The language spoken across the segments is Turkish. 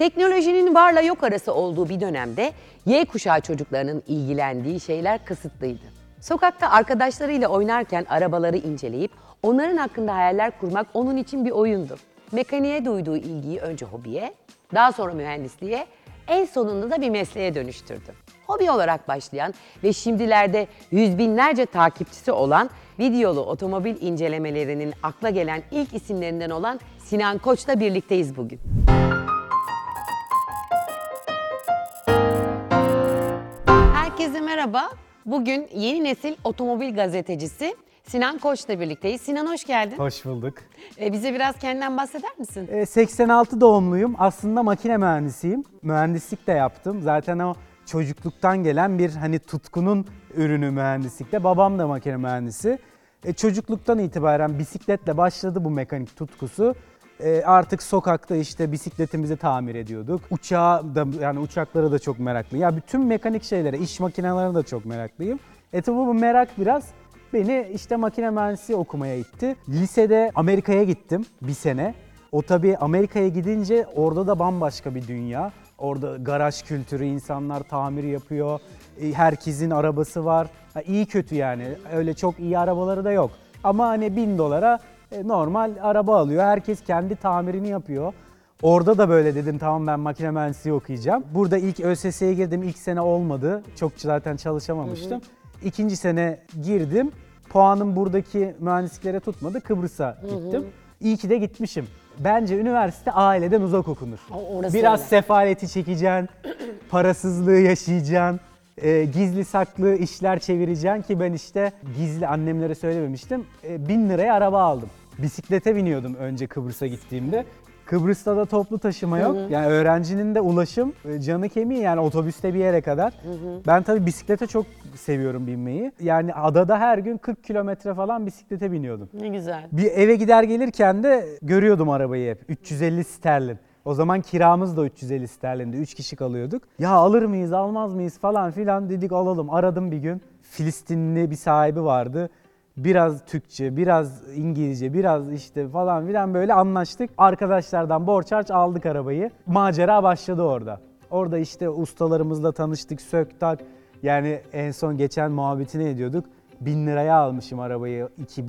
Teknolojinin varla yok arası olduğu bir dönemde Y kuşağı çocuklarının ilgilendiği şeyler kısıtlıydı. Sokakta arkadaşlarıyla oynarken arabaları inceleyip onların hakkında hayaller kurmak onun için bir oyundu. Mekaniğe duyduğu ilgiyi önce hobiye, daha sonra mühendisliğe, en sonunda da bir mesleğe dönüştürdü. Hobi olarak başlayan ve şimdilerde yüz binlerce takipçisi olan videolu otomobil incelemelerinin akla gelen ilk isimlerinden olan Sinan Koç'la birlikteyiz bugün. Herkese merhaba. Bugün yeni nesil otomobil gazetecisi Sinan Koç'la birlikteyiz. Sinan hoş geldin. Hoş bulduk. Bize biraz kendinden bahseder misin? 86 doğumluyum. Aslında makine mühendisiyim. Mühendislik de yaptım. Zaten o çocukluktan gelen bir tutkunun ürünü mühendislikte. Babam da makine mühendisi. Çocukluktan itibaren bisikletle başladı bu mekanik tutkusu. Artık sokakta bisikletimizi tamir ediyorduk. Uçaklara da çok meraklıyım. Ya bütün mekanik şeylere, iş makinelerine de çok meraklıyım. Tabi bu merak biraz beni makine mühendisliği okumaya itti. Lisede Amerika'ya gittim bir sene. O tabii Amerika'ya gidince orada da bambaşka bir dünya. Orada garaj kültürü, insanlar tamir yapıyor. Herkesin arabası var. İyi kötü yani. Öyle çok iyi arabaları da yok. Ama $1000 normal araba alıyor. Herkes kendi tamirini yapıyor. Orada da böyle dedim, tamam ben makine mühendisliği okuyacağım. Burada ilk ÖSS'ye girdim. İlk sene olmadı. Çok zaten çalışamamıştım. İkinci sene girdim. Puanım buradaki mühendisliklere tutmadı. Kıbrıs'a gittim. İyi ki de gitmişim. Bence üniversite aileden uzak okunur. Biraz öyle. Sefaleti çekeceksin, parasızlığı yaşayacaksın, gizli saklı işler çevireceksin ki ben gizli annemlere söylememiştim. $1000'ya araba aldım. Bisiklete biniyordum önce Kıbrıs'a gittiğimde. Kıbrıs'ta da toplu taşıma yok. Yani öğrencinin de ulaşım canı kemiği, yani otobüste bir yere kadar. Ben tabii bisiklete çok seviyorum binmeyi. Yani adada her gün 40 kilometre falan bisiklete biniyordum. Ne güzel. Bir eve gider gelirken de görüyordum arabayı hep. 350 sterlin. O zaman kiramız da 350 sterlindi. 3 kişi kalıyorduk. Ya alır mıyız, almaz mıyız falan filan dedik, alalım. Aradım bir gün. Filistinli bir sahibi vardı. Biraz Türkçe, biraz İngilizce, biraz falan filan böyle anlaştık. Arkadaşlardan borç harç aldık arabayı. Macera başladı orada. Orada ustalarımızla tanıştık, sök tak. Yani en son geçen muhabbetini ediyorduk. $1000'ya almışım arabayı.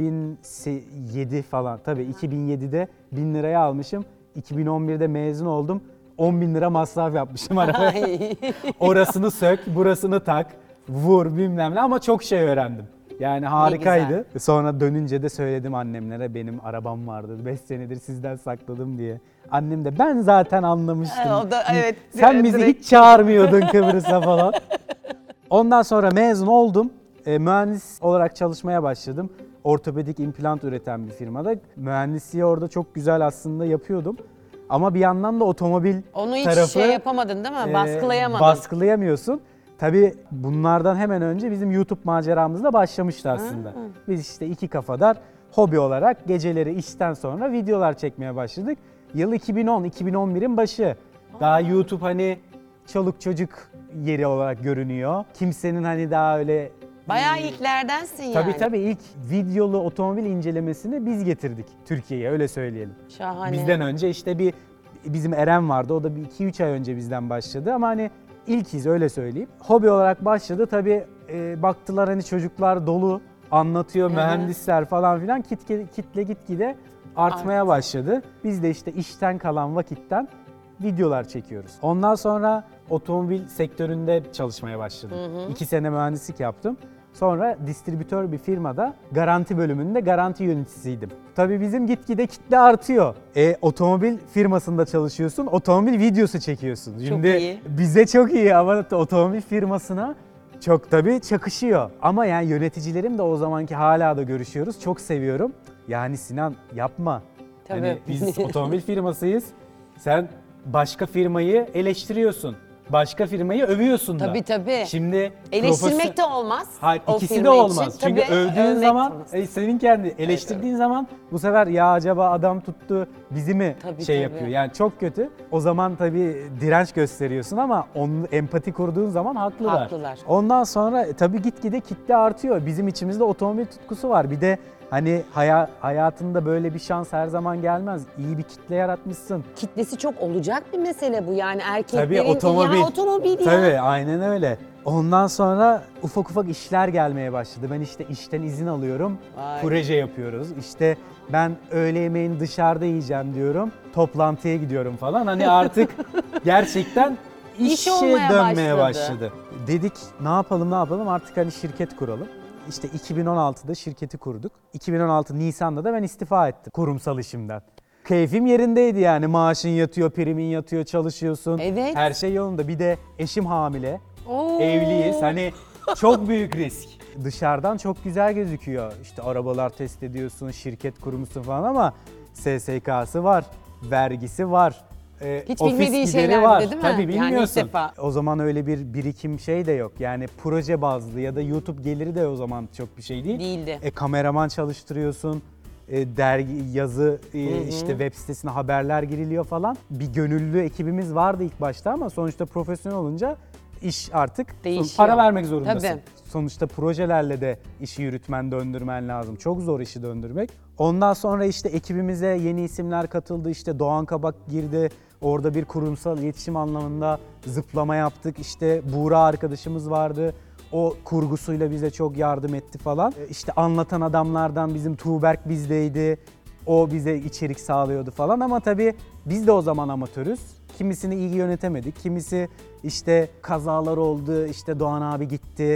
2007 falan. Tabii 2007'de $1000'ya almışım. 2011'de mezun oldum. $10.000 masraf yapmışım arabaya. Orasını sök, burasını tak, vur bilmem ne, ama çok şey öğrendim. Yani harikaydı. Sonra dönünce de söyledim annemlere, benim arabam vardı. 5 senedir sizden sakladım diye. Annem de ben zaten anlamıştım. O da evet. Sen bizi hiç çağırmıyordun Kıbrıs'a falan. Ondan sonra mezun oldum. Mühendis olarak çalışmaya başladım. Ortopedik implant üreten bir firmada. Mühendisliği orada çok güzel aslında yapıyordum. Ama bir yandan da otomobil onu hiç tarafı yapamadın değil mi? Baskılayamadın. Baskılayamıyorsun. Tabii bunlardan hemen önce bizim YouTube maceramız da başlamıştı aslında. Biz iki kafadar hobi olarak geceleri işten sonra videolar çekmeye başladık. Yıl 2010-2011'in başı. Daha YouTube çoluk çocuk yeri olarak görünüyor. Kimsenin daha öyle... Bayağı ilklerdensin yani. Tabii ilk videolu otomobil incelemesini biz getirdik Türkiye'ye, öyle söyleyelim. Şahane. Bizden önce bizim Eren vardı, o da bir 2-3 ay önce bizden başladı ama İlkiz, öyle söyleyeyim. Hobi olarak başladı. Tabii baktılar çocuklar dolu anlatıyor, mühendisler falan filan, kitle gitgide artmaya başladı. Biz de işten kalan vakitten videolar çekiyoruz. Ondan sonra otomobil sektöründe çalışmaya başladım. 2 sene mühendislik yaptım. Sonra distribütör bir firmada garanti bölümünde garanti yöneticisiydim. Tabii bizim gitgide kitle artıyor. Otomobil firmasında çalışıyorsun, otomobil videosu çekiyorsun. Şimdi çok iyi. Bize çok iyi ama otomobil firmasına çok tabii çakışıyor. Ama yöneticilerim de o zamanki hala da görüşüyoruz. Çok seviyorum. Yani Sinan yapma. Tabii. Biz otomobil firmasıyız. Sen başka firmayı eleştiriyorsun. Başka firmayı övüyorsun da. Tabii. Şimdi eleştirmek de olmaz. Hayır, o ikisi de olmaz. Için. Çünkü tabii, övdüğün zaman senin kendi Evet, eleştirdiğin zaman bu sefer ya acaba adam tuttu bizi mi yapıyor. Yani çok kötü. O zaman tabii direnç gösteriyorsun ama onun empati kurduğun zaman haklılar. Haklılar. Ondan sonra tabii gitgide kitle artıyor. Bizim içimizde otomobil tutkusu var. Bir de Hani hayatında böyle bir şans her zaman gelmez. İyi bir kitle yaratmışsın. Kitlesi çok olacak bir mesele bu. Yani erkeklerin Tabii otomobil. ya otomobil ya. Tabii aynen öyle. Ondan sonra ufak ufak işler gelmeye başladı. Ben işte işten izin alıyorum. Vay. Proje yapıyoruz. İşte ben öğle yemeğini dışarıda yiyeceğim diyorum. Toplantıya gidiyorum falan. Hani artık gerçekten İş işe olmaya dönmeye başladı. başladı. Dedik ne yapalım artık hani şirket kuralım. İşte 2016'da şirketi kurduk. 2016 Nisan'da da ben istifa ettim kurumsal işimden. Keyfim yerindeydi yani. Maaşın yatıyor, primin yatıyor, çalışıyorsun. Evet. Her şey yolunda. Bir de eşim hamile. Oo. Evliyiz. Hani çok büyük risk. Dışarıdan çok güzel gözüküyor. İşte arabalar test ediyorsun, şirket kurmuşsun falan ama SSK'sı var, vergisi var. Hiç ofis bilmediği gideri şeyler var. bir de değil mi? Tabii Yani ilk bilmiyorsun. defa. O zaman öyle bir birikim şey de yok. Yani proje bazlı ya da YouTube geliri de o zaman çok bir şey değil. Değildi. Kameraman çalıştırıyorsun. Dergi, yazı, işte web sitesine haberler giriliyor falan. Bir gönüllü ekibimiz vardı ilk başta ama sonuçta profesyonel olunca iş artık Değişiyor. para vermek zorundasın. Tabii. Sonuçta projelerle de işi yürütmen, döndürmen lazım. Çok zor işi döndürmek. Ondan sonra işte ekibimize yeni isimler katıldı. İşte Doğan Kabak girdi. Orada bir kurumsal iletişim anlamında zıplama yaptık. İşte Buğra arkadaşımız vardı. O kurgusuyla bize çok yardım etti falan. İşte anlatan adamlardan bizim Tuğberk bizdeydi. O bize içerik sağlıyordu falan ama tabii biz de o zaman amatörüz. Kimisini iyi yönetemedik. Kimisi işte kazalar oldu. İşte Doğan abi gitti.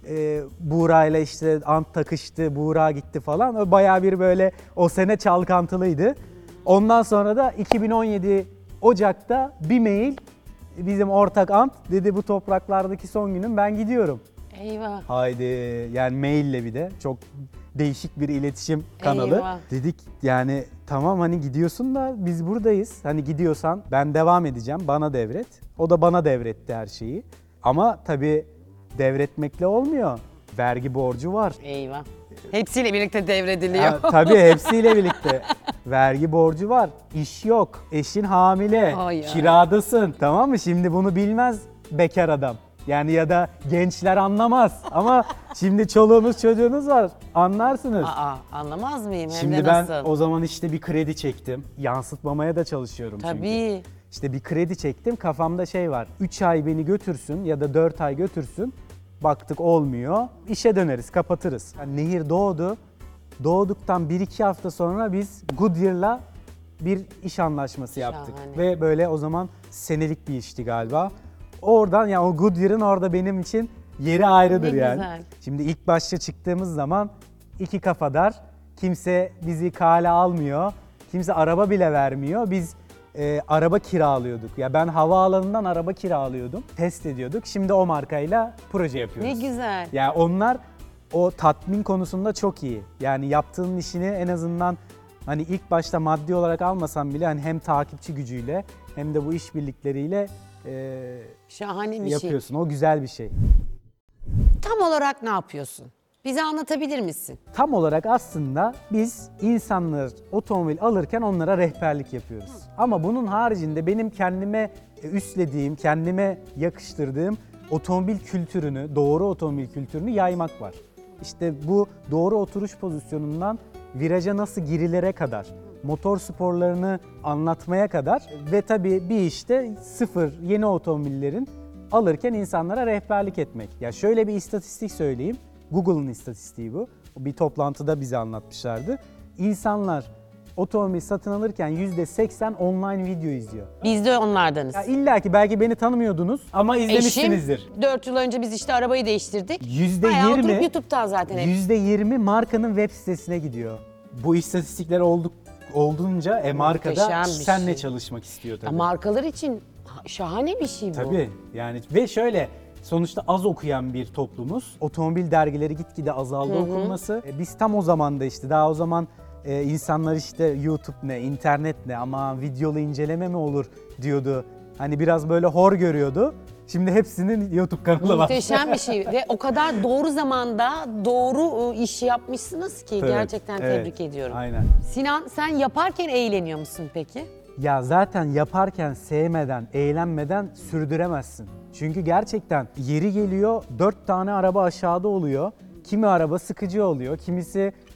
Buğra'yla işte ant takıştı. Buğra gitti falan. O bayağı bir böyle o sene çalkantılıydı. Ondan sonra da 2017 Ocak'ta bir mail bizim ortak ant dedi bu topraklardaki son günüm ben gidiyorum. Eyvah. Haydi yani maille bir de çok değişik bir iletişim kanalı. Eyvah. Dedik yani tamam hani gidiyorsun da biz buradayız. Hani gidiyorsan ben devam edeceğim bana devret. O da bana devretti her şeyi. Ama tabii devretmekle olmuyor. Vergi borcu var. Eyvah. Hepsiyle birlikte devrediliyor. Tabii hepsiyle birlikte. Vergi borcu var. İş yok. Eşin hamile. Ay ya. Kiradasın. Tamam mı? Şimdi bunu bilmez bekar adam. Yani ya da gençler anlamaz. Ama şimdi çoluğunuz çocuğunuz var. Anlarsınız. Anlamaz mıyım? Hem Şimdi de ben nasıl? o zaman işte bir kredi çektim. Yansıtmamaya da çalışıyorum çünkü. Tabii. İşte bir kredi çektim. Kafamda şey var. 3 ay beni götürsün ya da 4 ay götürsün. Baktık olmuyor. İşe döneriz, kapatırız. Yani nehir doğdu. Doğduktan 1-2 hafta sonra biz Goodyear'la bir iş anlaşması yaptık. Şahane. Ve böyle o zaman senelik bir işti galiba. Oradan yani o Goodyear'ın orada benim için yeri ayrıdır Ne yani. güzel. Şimdi ilk başta çıktığımız zaman iki kafadar. Kimse bizi kale almıyor. Kimse araba bile vermiyor. Biz araba kiralıyorduk. Ya ben havaalanından araba kiralıyordum. Test ediyorduk. Şimdi o markayla proje Ne yapıyoruz. güzel. Yani onlar o tatmin konusunda çok iyi. Yani yaptığın işini en azından hani ilk başta maddi olarak almasan bile hani hem takipçi gücüyle hem de bu işbirlikleriyle Şahane bir şey. yapıyorsun. O güzel bir şey. Tam olarak ne yapıyorsun? Bize anlatabilir misin? Tam olarak aslında biz insanlar otomobil alırken onlara rehberlik yapıyoruz. Ama bunun haricinde benim kendime üstlediğim, kendime yakıştırdığım otomobil kültürünü, doğru otomobil kültürünü yaymak var. İşte bu doğru oturuş pozisyonundan viraja nasıl girilere kadar, motor sporlarını anlatmaya kadar ve tabii bir işte sıfır yeni otomobillerin alırken insanlara rehberlik etmek. Ya şöyle bir istatistik söyleyeyim. Google'ın istatistiği bu. Bir toplantıda bize anlatmışlardı. İnsanlar otomobil satın alırken %80 online video izliyor. Biz de onlardanız. Ya illa ki belki beni tanımıyordunuz ama izlemişsinizdir. Eşim 4 yıl önce biz işte arabayı değiştirdik. Bayağı oturup %20 YouTube'dan zaten hep. %20 markanın web sitesine gidiyor. Bu istatistikler olduğunca markada Muhteşem bir senle şey. çalışmak istiyor tabii. Ya markalar için şahane bir şey bu. Tabii yani ve şöyle sonuçta az okuyan bir toplumuz. Otomobil dergileri gitgide azaldı okunması. Biz tam o zaman da işte daha o zaman insanlar işte YouTube ne, internet ne ama videolu inceleme mi olur diyordu. Hani biraz böyle hor görüyordu. Şimdi hepsinin YouTube kanalı var. Muhteşem bir şey ve o kadar doğru zamanda doğru işi yapmışsınız ki Evet, gerçekten evet. tebrik ediyorum. Aynen. Sinan sen yaparken eğleniyor musun peki? Ya zaten yaparken sevmeden, eğlenmeden sürdüremezsin. Çünkü gerçekten yeri geliyor 4 tane araba aşağıda oluyor. Kimi araba sıkıcı oluyor, kimisi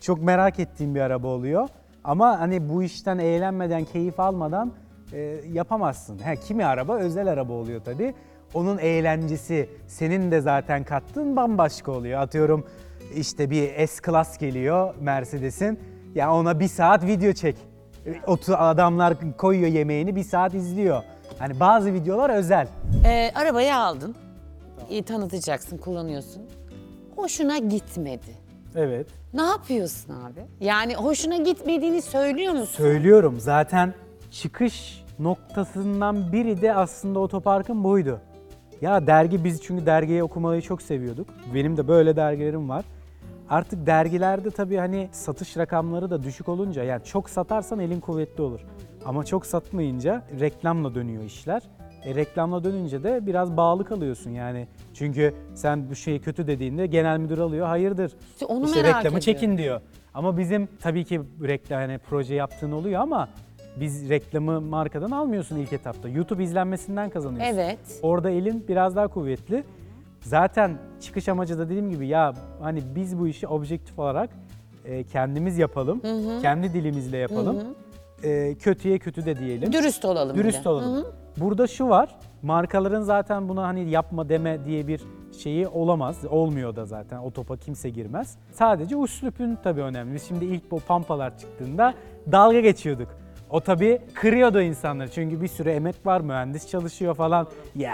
çok merak ettiğim bir araba oluyor. Ama hani bu işten eğlenmeden, keyif almadan yapamazsın. Kimi araba özel araba oluyor tabii. Onun eğlencesi, senin de zaten kattığın bambaşka oluyor. Atıyorum işte bir S-Class geliyor Mercedes'in. Ya ona 1 saat video çek. Adamlar koyuyor yemeğini, 1 saat izliyor. Hani bazı videolar özel. Arabayı aldın. Tanıtacaksın, kullanıyorsun. Hoşuna gitmedi. Evet. Ne yapıyorsun abi? Yani hoşuna gitmediğini söylüyor musun? Söylüyorum, zaten çıkış noktasından biri de aslında otoparkın buydu. Ya dergi, biz çünkü dergiyi okumayı çok seviyorduk. Benim de böyle dergilerim var. Artık dergilerde tabii hani satış rakamları da düşük olunca, yani çok satarsan elin kuvvetli olur. Ama çok satmayınca reklamla dönüyor işler. Reklamla dönünce de biraz bağlı kalıyorsun yani. Çünkü sen bu şeyi kötü dediğinde genel müdür alıyor, hayırdır. İşte onu İşte merak reklamı ediyorum. çekin diyor. Ama bizim tabii ki reklam, hani proje yaptığın oluyor ama biz reklamı markadan almıyorsun ilk etapta. YouTube izlenmesinden kazanıyorsun. Evet. Orada elin biraz daha kuvvetli. Zaten çıkış amacı da dediğim gibi, ya hani biz bu işi objektif olarak kendimiz yapalım. Kendi dilimizle yapalım. Kötüye kötü de diyelim. Dürüst olalım. Dürüst bir de. olalım. Burada şu var, markaların zaten buna hani yapma deme diye bir şeyi olamaz. Olmuyor da zaten, o topa kimse girmez. Sadece üslupun tabii önemli. Biz şimdi ilk bu pampalar çıktığında dalga geçiyorduk. O tabii kırıyordu insanları çünkü bir sürü emek var, mühendis çalışıyor falan.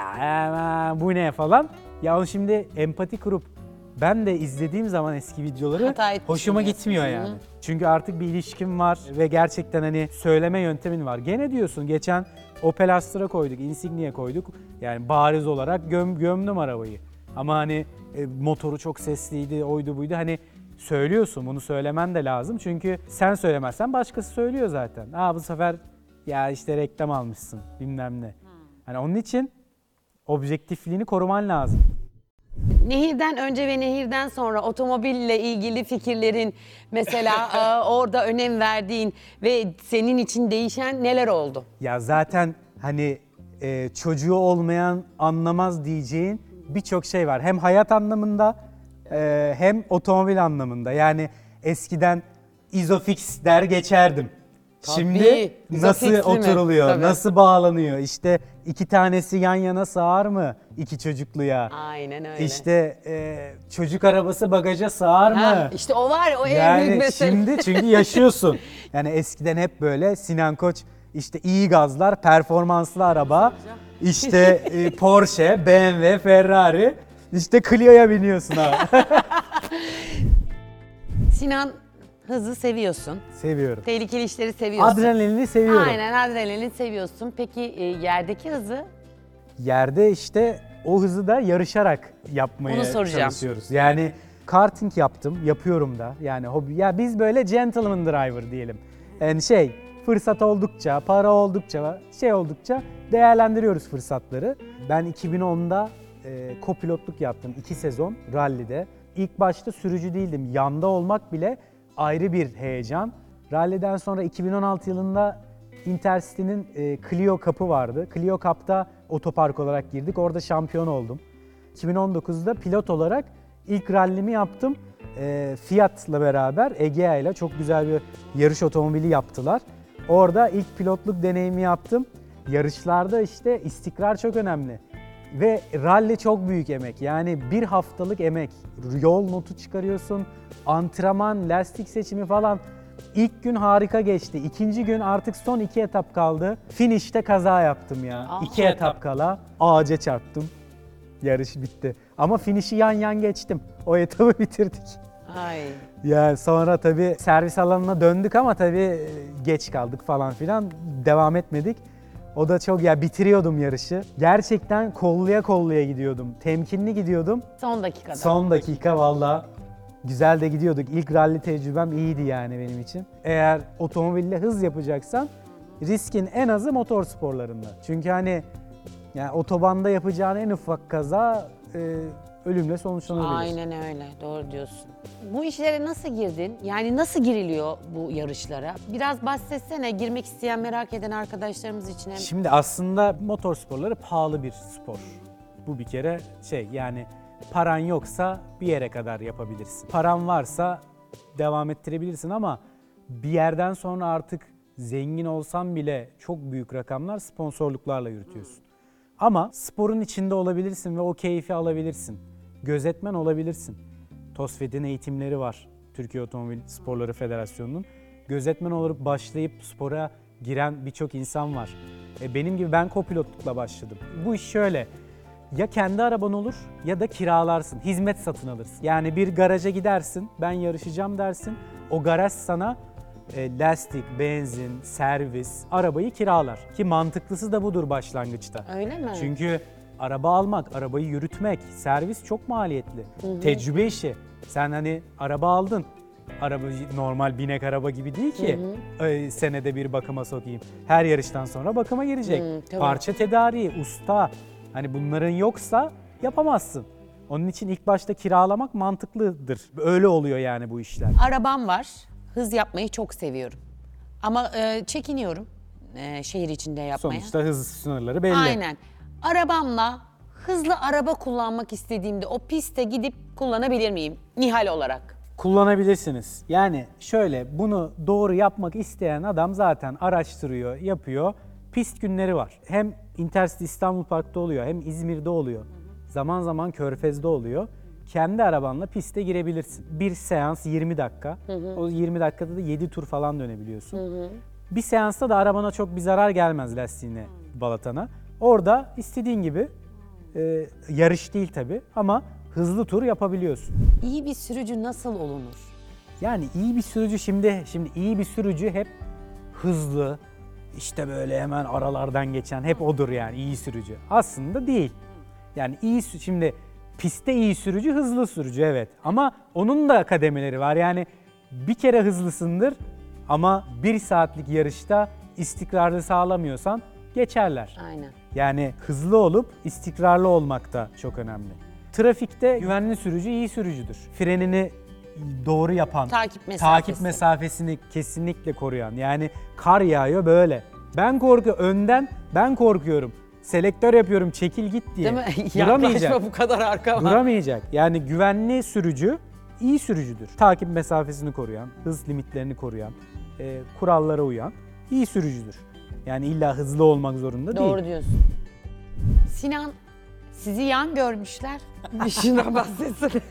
Ya bu ne falan. Ya onu şimdi empati kurup ben de izlediğim zaman eski videoları Hata etmişim hoşuma diyorsun. gitmiyor yani. Çünkü artık bir ilişkin var ve gerçekten hani söyleme yöntemin var. Gene diyorsun, geçen Opel Astra koyduk, Insignia koyduk. Yani bariz olarak gömdüm arabayı. Ama hani motoru çok sesliydi, oydu buydu. Hani söylüyorsun, bunu söylemen de lazım. Çünkü sen söylemezsen başkası söylüyor zaten. Bu sefer ya işte reklam almışsın bilmem ne. Hani onun için objektifliğini koruman lazım. Nehirden önce ve nehirden sonra otomobille ilgili fikirlerin, mesela orada önem verdiğin ve senin için değişen neler oldu? Ya zaten hani çocuğu olmayan anlamaz diyeceğin birçok şey var. Hem hayat anlamında hem otomobil anlamında. Yani eskiden Isofix der geçerdim. Tabii, Şimdi nasıl Isofix'li mi? oturuluyor, Tabii. nasıl bağlanıyor? İşte 2 tanesi yan yana sığar mı 2 çocukluya? Aynen öyle. İşte çocuk arabası bagaja sığar mı? İşte o var, o en büyük Yani mesele. şimdi çünkü yaşıyorsun. Yani eskiden hep böyle Sinan Koç, işte iyi gazlar, performanslı araba, işte Porsche, BMW, Ferrari, işte Clio'ya biniyorsun abi. Sinan, hızı seviyorsun. Seviyorum. Tehlikeli işleri seviyorsun. Adrenalini seviyorum. Aynen, adrenalin seviyorsun. Peki yerdeki hızı? Yerde işte o hızı da yarışarak yapmaya Onu soracağım. çalışıyoruz. Yani karting yapıyorum da. Yani hobi. Ya biz böyle gentleman driver diyelim. Yani fırsat oldukça, para oldukça, oldukça değerlendiriyoruz fırsatları. Ben 2010'da kopilotluk yaptım 2 sezon rallide. İlk başta sürücü değildim. Yanda olmak bile ayrı bir heyecan. Ralliden sonra 2016 yılında Intercity'nin Clio Cup'ı vardı. Clio Cup'ta otopark olarak girdik. Orada şampiyon oldum. 2019'da pilot olarak ilk rallimi yaptım. Fiat'la beraber, Egea ile çok güzel bir yarış otomobili yaptılar. Orada ilk pilotluk deneyimi yaptım. Yarışlarda işte istikrar çok önemli. Ve rally çok büyük emek. Yani 1 haftalık emek. Yol notu çıkarıyorsun, antrenman, lastik seçimi falan. İlk gün harika geçti. İkinci gün artık son 2 etap kaldı. Finish'te kaza yaptım ya. 2 etap kala ağaca çarptım. Yarış bitti. Ama finish'i yan geçtim. O etabı bitirdik. Ay. Ya sonra tabii servis alanına döndük ama tabii geç kaldık falan filan. Devam etmedik. O da çok, ya bitiriyordum yarışı. Gerçekten kolluya gidiyordum. Temkinli gidiyordum. Son dakikada. Son dakika valla güzel de gidiyorduk. İlk rally tecrübem iyiydi yani benim için. Eğer otomobille hız yapacaksan riskin en azı motor sporlarında. Çünkü hani yani otobanda yapacağın en ufak kaza ölümle sonuçlanabilir. Aynen öyle, doğru diyorsun. Bu işlere nasıl girdin? Yani nasıl giriliyor bu yarışlara? Biraz bahsetsene, girmek isteyen, merak eden arkadaşlarımız için. Şimdi aslında motor sporları pahalı bir spor. Bu bir kere yani paran yoksa bir yere kadar yapabilirsin. Paran varsa devam ettirebilirsin ama bir yerden sonra artık zengin olsan bile çok büyük rakamlar sponsorluklarla yürütüyorsun. Ama sporun içinde olabilirsin ve o keyfi alabilirsin. Gözetmen olabilirsin. TOSFED'in eğitimleri var. Türkiye Otomobil Sporları Federasyonu'nun. Gözetmen olup başlayıp spora giren birçok insan var. Benim gibi ben kopilotlukla başladım. Bu iş şöyle. Ya kendi araban olur ya da kiralarsın. Hizmet satın alırsın. Yani bir garaja gidersin, ben yarışacağım dersin. O garaj sana lastik, benzin, servis, arabayı kiralar. Ki mantıklısı da budur başlangıçta. Öyle mi? Çünkü araba almak, arabayı yürütmek, servis çok maliyetli. Tecrübe işi. Sen hani araba aldın. Araba normal binek araba gibi değil ki senede bir bakıma sokayım. Her yarıştan sonra bakıma girecek. Parça tedariği, usta. Hani bunların yoksa yapamazsın. Onun için ilk başta kiralamak mantıklıdır. Öyle oluyor yani bu işler. Arabam var. Hız yapmayı çok seviyorum. Ama çekiniyorum şehir içinde yapmaya. Sonuçta hız sınırları belli. Aynen. Arabamla hızlı araba kullanmak istediğimde o piste gidip kullanabilir miyim? Nihal olarak. Kullanabilirsiniz. Yani şöyle, bunu doğru yapmak isteyen adam zaten araştırıyor, yapıyor. Pist günleri var. Hem Intercity İstanbul Park'ta oluyor hem İzmir'de oluyor. Zaman zaman Körfez'de oluyor. Kendi arabanla piste girebilirsin. Bir seans 20 dakika. O 20 dakikada da 7 tur falan dönebiliyorsun. Bir seansta da arabana çok bir zarar gelmez lastiğine, balatana. Orada istediğin gibi yarış değil tabii ama hızlı tur yapabiliyorsun. İyi bir sürücü nasıl olunur? Yani iyi bir sürücü şimdi iyi bir sürücü hep hızlı, işte böyle hemen aralardan geçen hep odur yani iyi sürücü. Aslında değil. Yani şimdi pistte iyi sürücü hızlı sürücü evet ama onun da kademeleri var. Yani bir kere hızlısındır ama 1 saatlik yarışta istikrarlı sağlamıyorsan geçerler. Aynen. Yani hızlı olup istikrarlı olmak da çok önemli. Trafikte güvenli sürücü iyi sürücüdür. Frenini doğru yapan, takip mesafesini kesinlikle koruyan. Yani kar yağıyor böyle. Önden ben korkuyorum. Selektör yapıyorum çekil git diye. Değil mi? Duramayacak. Yaklaşma bu kadar arkama. Duramayacak. Yani güvenli sürücü iyi sürücüdür. Takip mesafesini koruyan, hız limitlerini koruyan, kurallara uyan iyi sürücüdür. Yani illa hızlı olmak zorunda değil. Doğru diyorsun. Sinan, sizi yan görmüşler. Bir şuna bahsetsene.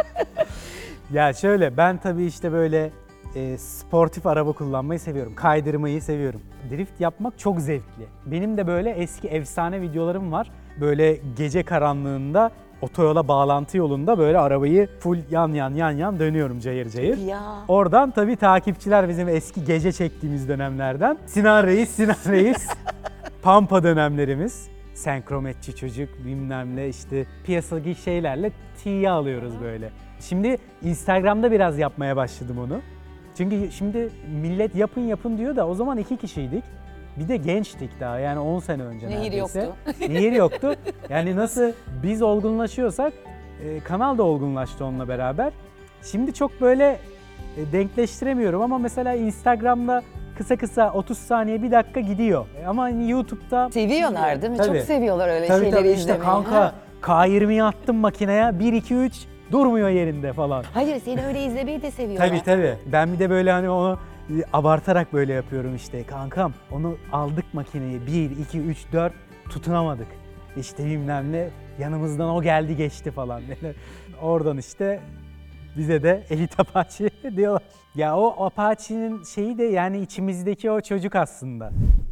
Ya şöyle ben tabii işte böyle sportif araba kullanmayı seviyorum. Kaydırmayı seviyorum. Drift yapmak çok zevkli. Benim de böyle eski efsane videolarım var. Böyle gece karanlığında otoyola bağlantı yolunda böyle arabayı full yan dönüyorum cayır cayır. Ya. Oradan tabii takipçiler bizim eski gece çektiğimiz dönemlerden. Sinan Reis, Pampa dönemlerimiz. Senkrometçi çocuk bilmem ne işte piyasadaki şeylerle tiye alıyoruz böyle. Şimdi Instagram'da biraz yapmaya başladım onu. Çünkü şimdi millet yapın diyor da o zaman 2 kişiydik. Bir de gençtik daha yani 10 sene önce Nehir neredeyse. yoktu. Nehir yoktu. Yani nasıl biz olgunlaşıyorsak kanal da olgunlaştı onunla beraber. Şimdi çok böyle denkleştiremiyorum ama mesela Instagram'da kısa 30 saniye 1 dakika gidiyor. Ama YouTube'da... Seviyorlar değil mi? Tabii. Çok seviyorlar öyle Tabii şeyleri işte izlemeyi. kanka K20'yi attım makineye 1 2 3 durmuyor yerinde falan. Hayır seni öyle izlemeyi de seviyorlar. Tabii. Ben bir de böyle hani onu abartarak böyle yapıyorum işte. Kankam onu aldık makineyi 1 2 3 4 tutunamadık. İşte bilmem ne yanımızdan o geldi geçti falan. Oradan işte bize de Elit Apache diyorlar. Ya o Apache'nin şeyi de yani içimizdeki o çocuk aslında.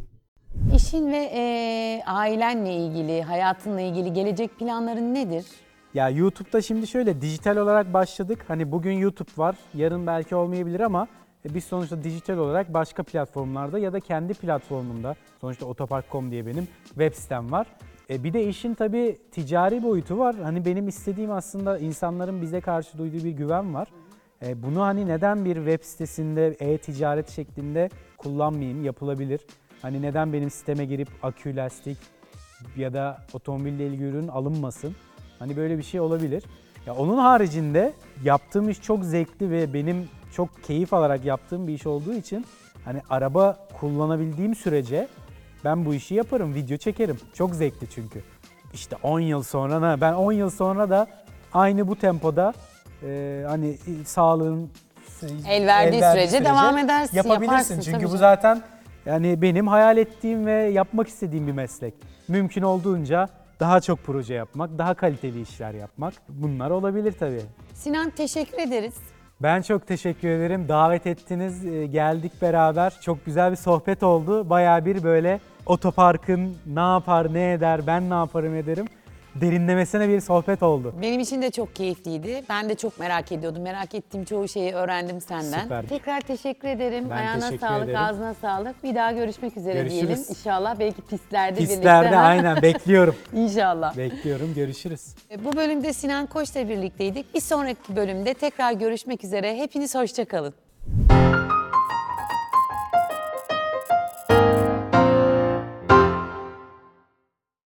İşin ve ailenle ilgili, hayatınla ilgili gelecek planların nedir? Ya YouTube'da şimdi şöyle dijital olarak başladık. Hani bugün YouTube var, yarın belki olmayabilir ama biz sonuçta dijital olarak başka platformlarda ya da kendi platformumda, sonuçta otopark.com diye benim web sitem var. Bir de işin tabii ticari boyutu var. Hani benim istediğim aslında insanların bize karşı duyduğu bir güven var. Bunu hani neden bir web sitesinde e-ticaret şeklinde kullanmayayım, yapılabilir. Hani neden benim siteme girip akü, lastik ya da otomobille ilgili ürün alınmasın. Hani böyle bir şey olabilir. Ya onun haricinde yaptığım iş çok zevkli ve benim çok keyif alarak yaptığım bir iş olduğu için hani araba kullanabildiğim sürece ben bu işi yaparım, video çekerim. Çok zevkli çünkü. İşte 10 yıl sonra ben 10 yıl sonra da aynı bu tempoda hani sağlığın El verdiği sürece devam edersin, yapabilirsin. yaparsın Çünkü tabii bu canım. zaten yani benim hayal ettiğim ve yapmak istediğim bir meslek. Mümkün olduğunca daha çok proje yapmak, daha kaliteli işler yapmak, bunlar olabilir tabii. Sinan, teşekkür ederiz. Ben çok teşekkür ederim. Davet ettiniz, geldik beraber. Çok güzel bir sohbet oldu. Bayağı bir böyle otoparkın ne yapar, ne eder, ben ne yaparım ederim derinlemesine bir sohbet oldu. Benim için de çok keyifliydi. Ben de çok merak ediyordum. Merak ettiğim çoğu şeyi öğrendim senden. Süper. Tekrar teşekkür ederim. Ben Ayağına teşekkür sağlık, ederim. ağzına sağlık. Bir daha görüşmek üzere Görüşürüz. diyelim. İnşallah belki pistlerde birlikte. Pistlerde aynen bekliyorum. İnşallah. Bekliyorum, görüşürüz. Bu bölümde Sinan Koç'la birlikteydik. Bir sonraki bölümde tekrar görüşmek üzere. Hepiniz hoşça kalın.